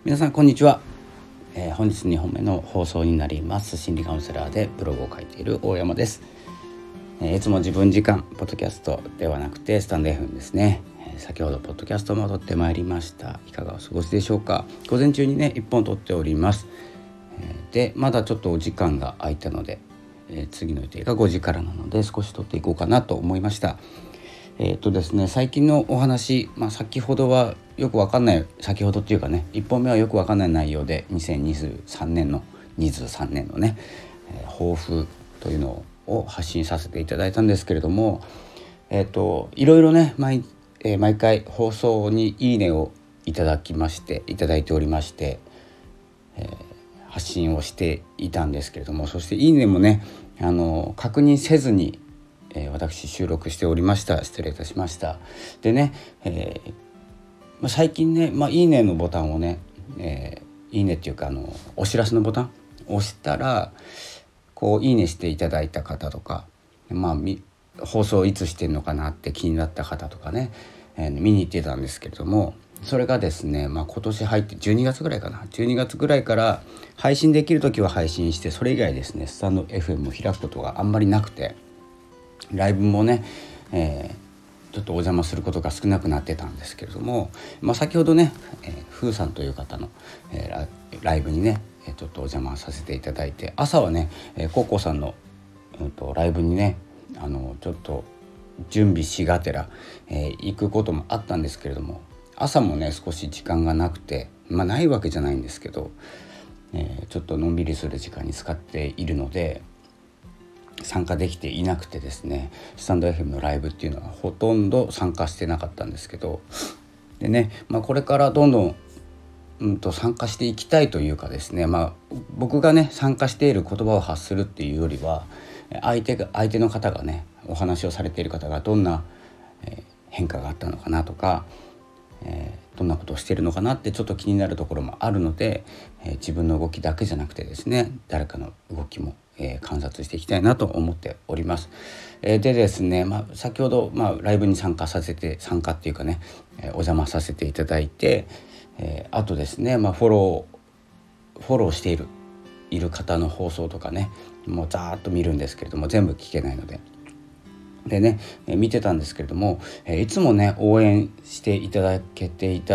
皆さんこんにちは。本日2本目の放送になります。心理カウンセラーでブログを書いている大山です。いつも自分時間ポッドキャストではなくてスタンド FM ですね。先ほどポッドキャストも撮ってまいりました。いかがお過ごしでしょうか。午前中にね1本撮っております。でまだちょっとお時間が空いたので、次の予定が5時からなので少し撮っていこうかなと思いました。ですね、最近のお話、先ほどはよくわかんない、先ほどっていうかね、1本目はよくわかんない内容で2023年のね、抱負というのを発信させていただいたんですけれども、いろいろね毎回放送にいいねをいただいておりまして、発信をしていたんですけれども、そしていいねもね確認せずに私収録しておりました。失礼いたしました。でね、最近ね、いいねのボタンをね、いいねっていうかお知らせのボタンを押したらこういいねしていただいた方とか、放送いつしてんのかなって気になった方とかね、見に行ってたんですけれども、それがですね、今年入って12月ぐらいから配信できる時は配信して、それ以外ですねスタンド FM を開くことがあんまりなくて、ライブもね、ちょっとお邪魔することが少なくなってたんですけれども、先ほどね、ふーさんという方の、ライブにねちょっとお邪魔させていただいて、朝はねココさんの、ライブにねちょっと準備しがてら、行くこともあったんですけれども、朝もね少し時間がなくて、ないわけじゃないんですけど、ちょっとのんびりする時間に使っているので参加できていなくてですね、スタンド FM のライブっていうのはほとんど参加してなかったんですけど、でね、これからどんどん、参加していきたいというかですね、僕がね参加している言葉を発するっていうよりは、相手の方がねお話をされている方がどんな、変化があったのかなとか、どんなことをしているのかなってちょっと気になるところもあるので、自分の動きだけじゃなくてですね、誰かの動きも観察していきたいなと思っております。でですね、先ほど、ライブに参加っていうかね、お邪魔させていただいて、あとですね、フォローしている方の放送とかね、もうざーっと見るんですけれども全部聞けないのでね、見てたんですけれども、いつもね応援していただいていた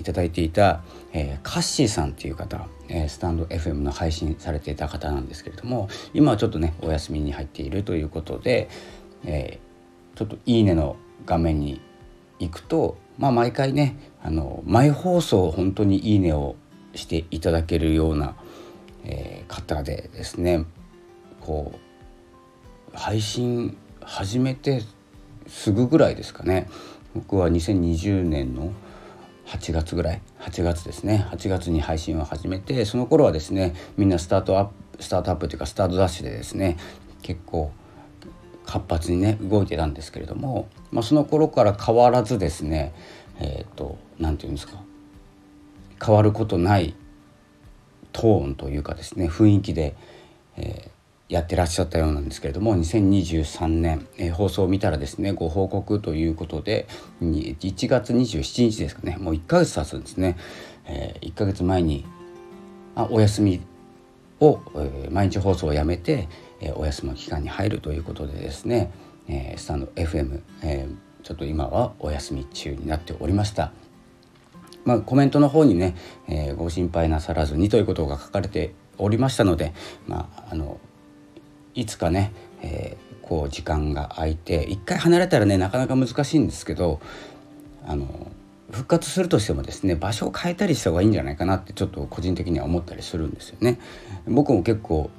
カッシーさんっていう方、スタンド FM の配信されていた方なんですけれども、今はちょっとねお休みに入っているということで、ちょっといいねの画面に行くと、毎回ね毎放送本当にいいねをしていただけるような、方でですね、こう配信始めてすぐぐらいですかね。僕は2020年の8月ですね、8月に配信を始めて、その頃はですねみんなスタートアップというかスタートダッシュでですね結構活発にね動いてたんですけれども、その頃から変わらずですね、なんていうんですか、変わることないトーンというかですね雰囲気で、やってらっしゃったようなんですけれども、2023年、放送を見たらですねご報告ということで1月27日ですかね、もう1ヶ月経つんですね。1ヶ月前にお休みを、毎日放送をやめて、お休みの期間に入るということでですね、スタンド FM、ちょっと今はお休み中になっておりました。コメントの方にね、ご心配なさらずにということが書かれておりましたので、いつかね、こう時間が空いて一回離れたらねなかなか難しいんですけど、復活するとしてもですね場所を変えたりした方がいいんじゃないかなってちょっと個人的には思ったりするんですよね。僕も結構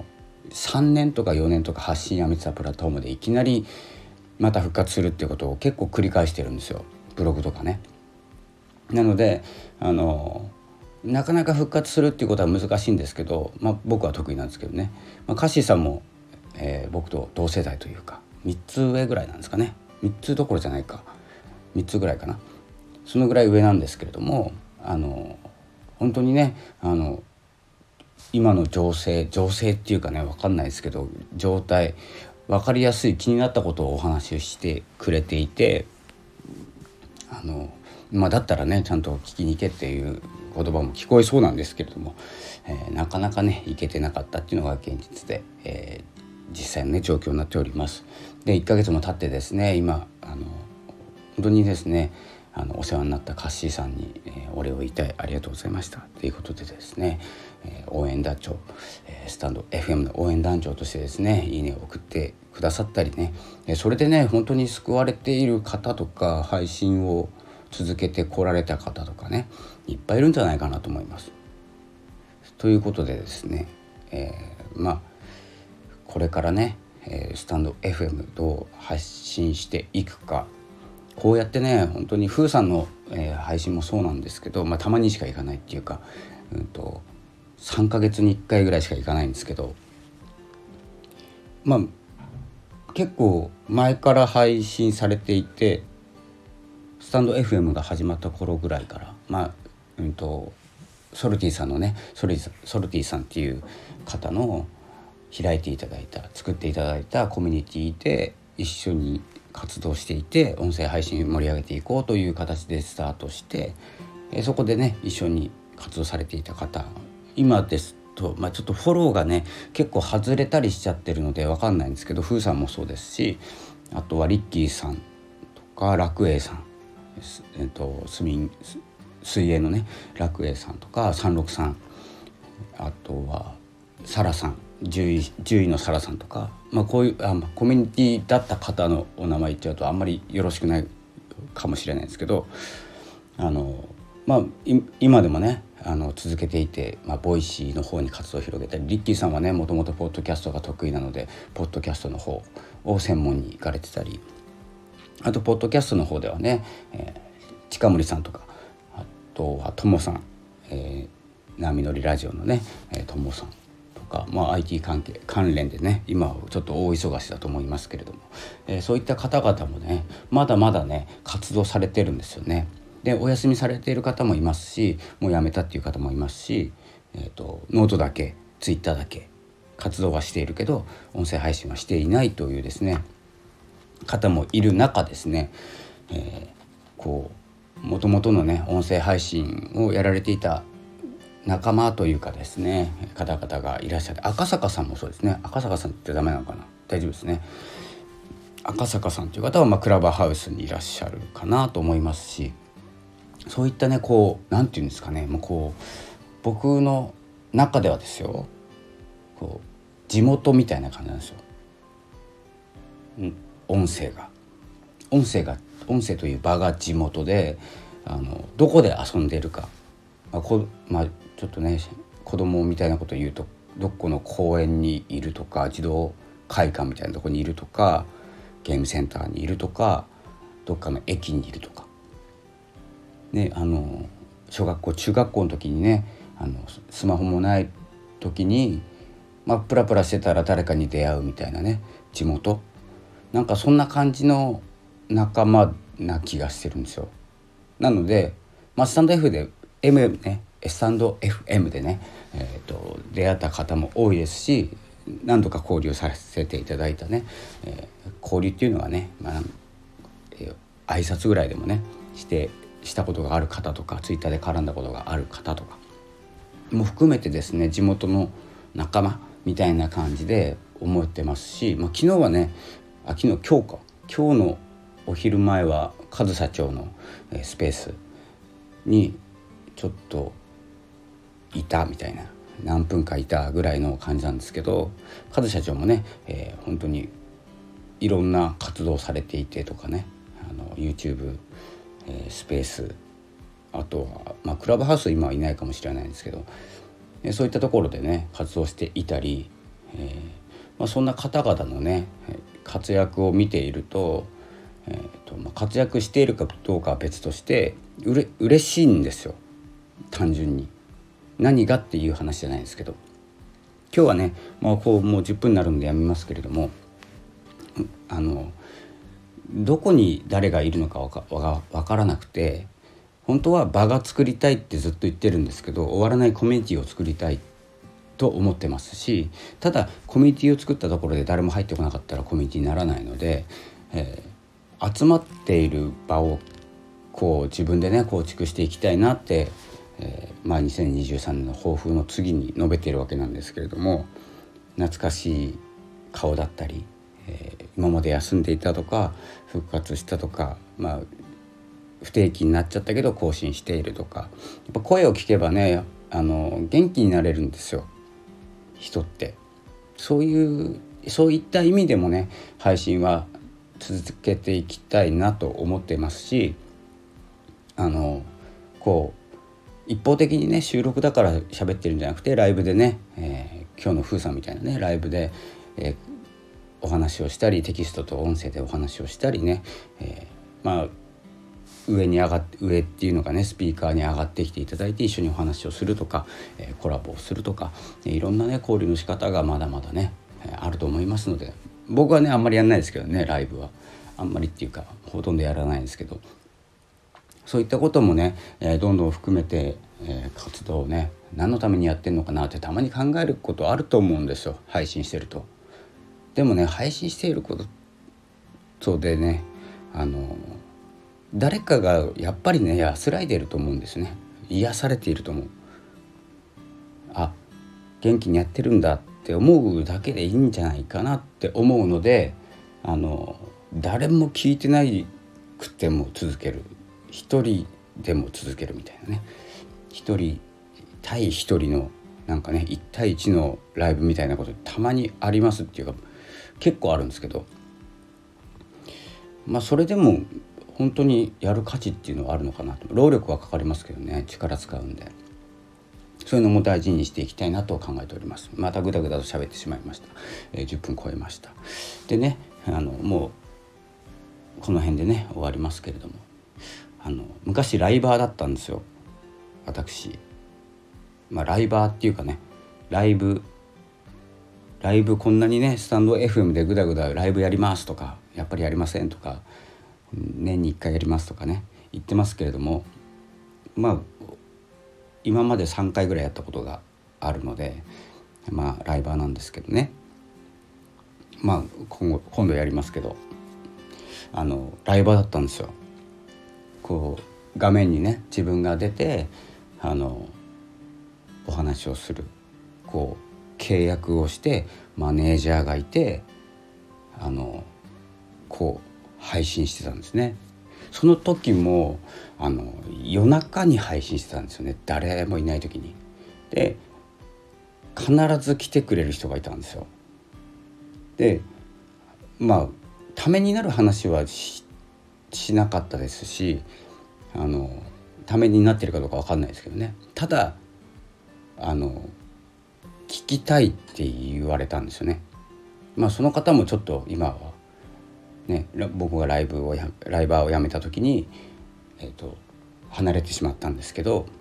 3年とか4年とか発信やめてたプラットフォームでいきなりまた復活するっていうことを結構繰り返してるんですよ、ブログとかね。なのでなかなか復活するっていうことは難しいんですけど、僕は得意なんですけどね、カッシーさんも、僕と同世代というか3つ上ぐらいなんですかね。3つどころじゃないか、3つぐらいかな、そのぐらい上なんですけれども、本当にね今の情勢っていうかね分かんないですけど状態分かりやすい気になったことをお話ししてくれていて、だったらねちゃんと聞きに行けっていう言葉も聞こえそうなんですけれども、なかなかね行けてなかったっていうのが現実で、実際のね状況になっております。で1ヶ月も経ってですね、今本当にですねお世話になったカッシーさんに、お礼を言いたい、ありがとうございましたということでですね、応援団長、スタンド FM の応援団長としてですねいいねを送ってくださったりね、それでね本当に救われている方とか、配信を続けてこられた方とかねいっぱいいるんじゃないかなと思います。ということでですね、これからね、スタンド FM どう発信していくか、こうやってね本当に風さんの、配信もそうなんですけど、たまにしか行かないっていうか、3ヶ月に1回ぐらいしか行かないんですけど、結構前から配信されていて、スタンド FM が始まった頃ぐらいからソルティさんのねソルティさんっていう方の開いていただいた、作っていただいたコミュニティで一緒に活動していて、音声配信盛り上げていこうという形でスタートして、そこでね一緒に活動されていた方、今ですと、ちょっとフォローがね結構外れたりしちゃってるので分かんないんですけど、フーさんもそうですし、あとはリッキーさんとか楽栄さん、水泳のね楽栄さんとか36さん、あとはサラさん、10位のサラさんとか、こういうコミュニティだった方のお名前言っちゃうとあんまりよろしくないかもしれないですけど、今でもね続けていて、ボイシーの方に活動を広げたり、リッキーさんはねもともとポッドキャストが得意なのでポッドキャストの方を専門に行かれてたり、あとポッドキャストの方ではね、近森さんとか、あとはともさん、波乗りラジオのねともさんとか、IT 関連でね今はちょっと大忙しだと思いますけれども、そういった方々もねまだまだね活動されてるんですよね。でお休みされている方もいますし、もう辞めたっていう方もいますし、ノートだけツイッターだけ活動はしているけど音声配信はしていないというですね方もいる中ですね、もともとのね音声配信をやられていた仲間というかですね方々がいらっしゃって、赤坂さんもそうですね。赤坂さんってダメなのかな、大丈夫ですね。赤坂さんという方はクラブハウスにいらっしゃるかなと思いますし、そういったねなんていうんですかね、僕の中ではですよ、地元みたいな感じなんですよ。音声という場が地元で、どこで遊んでいるか、ちょっとね子供みたいなことを言うと、どこの公園にいるとか、児童会館みたいなところにいるとか、ゲームセンターにいるとか、どっかの駅にいるとかね、小学校中学校の時にねスマホもない時にプラプラしてたら誰かに出会うみたいなね、地元なんかそんな感じの仲間な気がしてるんですよ。なので、スタンド スタンド FM でね、出会った方も多いですし、何度か交流させていただいたね、交流っていうのはね、挨拶ぐらいでもねしたことがある方とか、ツイッターで絡んだことがある方とかも含めてですね、地元の仲間みたいな感じで思ってますし、昨日はね今日のお昼前は上総町のスペースにちょっといたみたいな、何分かいたぐらいの感じなんですけど、上総町もね、本当にいろんな活動されていてとかね、YouTube、スペース、あとは、クラブハウス今はいないかもしれないんですけど、そういったところでね活動していたり、そんな方々のね活躍を見ていると、活躍しているかどうかは別として嬉しいんですよ。単純に何がっていう話じゃないんですけど、今日はねもう10分になるのでやめますけれども、どこに誰がいるのかわからなくて、本当は場が作りたいってずっと言ってるんですけど、終わらないコミュニティを作りたいと思ってますし、ただコミュニティを作ったところで誰も入ってこなかったらコミュニティにならないので、集まっている場を自分でね構築していきたいなって、 2023年の抱負の次に述べているわけなんですけれども、懐かしい顔だったり、今まで休んでいたとか復活したとか、不定期になっちゃったけど更新しているとか、やっぱ声を聞けばね元気になれるんですよ、人って。そういった意味でもね配信は続けていきたいなと思ってますし、一方的にね収録だから喋ってるんじゃなくて、ライブでね、今日のふうさんみたいなねライブで、お話をしたり、テキストと音声でお話をしたりね、上っていうのがねスピーカーに上がってきていただいて一緒にお話をするとか、コラボをするとか、いろんなね交流の仕方がまだまだねあると思いますので、僕はねあんまりやんないですけどね、ライブはあんまりっていうかほとんどやらないですけど、そういったこともね、どんどん含めて、活動をね何のためにやってんのかなってたまに考えることあると思うんですよ、配信してると。でもね配信していることでね誰かがやっぱりね安らいでいると思うんですね。癒されていると思う。元気にやってるんだって思うだけでいいんじゃないかなって思うので、誰も聞いてないくても続ける、一人でも続けるみたいなね、一人対一人のなんかね1対1のライブみたいなことたまにありますっていうか結構あるんですけど、それでも本当にやる価値っていうのはあるのかなと。労力はかかりますけどね、力使うんで、そういうのも大事にしていきたいなと考えております。またぐだぐだと喋ってしまいました。10分超えました。でねもうこの辺でね終わりますけれども、昔ライバーだったんですよ私。ライバーっていうかね、ライブこんなにねスタンド FM でぐだぐだライブやりますとか、やっぱりやりませんとか、年に1回やりますとかね言ってますけれども、今まで3回ぐらいやったことがあるので、ライバーなんですけどね、今度やりますけど、ライバーだったんですよ。画面にね自分が出てお話をする、契約をしてマネージャーがいて配信してたんですね。その時も夜中に配信してたんですよね、誰もいない時に。で必ず来てくれる人がいたんですよ。でためになる話は しなかったですし、ためになってるかどうか分かんないですけどね、ただ聞きたいって言われたんですよね。その方もちょっと今はね、僕がライバーを辞めた時に、離れてしまったんですけど、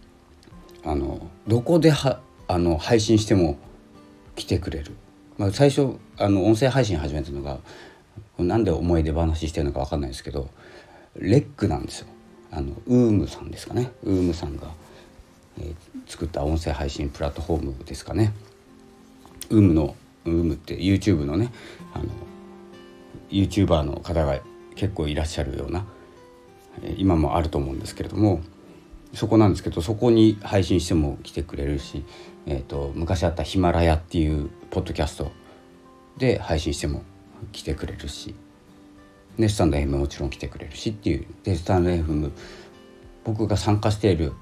どこで配信しても来てくれる。最初音声配信始めたのがなんで思い出話してるのか分かんないですけど、レックなんですよ。ウームさんですかね、ウームさんが、作った音声配信プラットフォームですかね。ウームって YouTube のねYouTuber の方が結構いらっしゃるような、今もあると思うんですけれども、そこなんですけど、そこに配信しても来てくれるし、昔あったヒマラヤっていうポッドキャストで配信しても来てくれるし、スタンド FM もちろん来てくれるしっていう。でスタンド FM 僕が参加している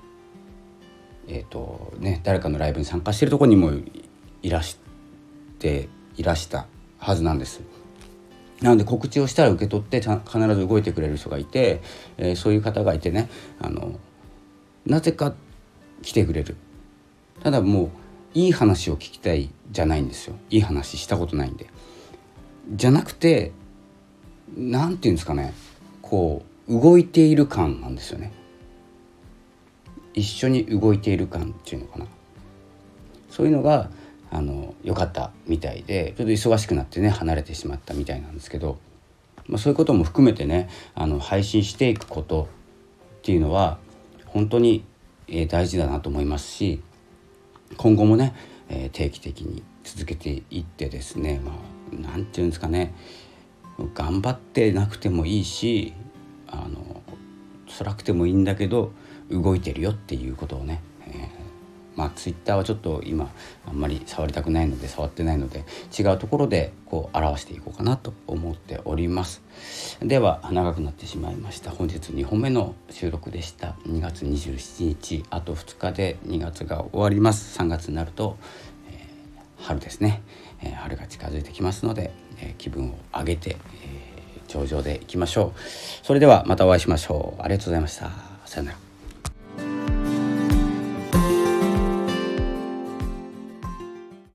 誰かのライブに参加しているところにもいらしたはずなんです。なので告知をしたら受け取って必ず動いてくれる人がいて、そういう方がいてねなぜか来てくれる。ただもういい話を聞きたいじゃないんですよ。いい話したことないんで。じゃなくてなんていうんですかね、動いている感なんですよね。一緒に動いている感っていうのかな。そういうのが良かったみたいで、ちょっと忙しくなってね離れてしまったみたいなんですけど、そういうことも含めてね配信していくことっていうのは本当に大事だなと思いますし、今後もね定期的に続けていってですね、なんていうんですかね、頑張ってなくてもいいし辛くてもいいんだけど動いてるよっていうことをね、ツイッターはちょっと今あんまり触りたくないので触ってないので、違うところでこう表していこうかなと思っております。では長くなってしまいました。本日2本目の収録でした。2月27日、あと2日で2月が終わります。3月になると、春ですね、春が近づいてきますので、気分を上げて、上々でいきましょう。それではまたお会いしましょう。ありがとうございました。さよなら。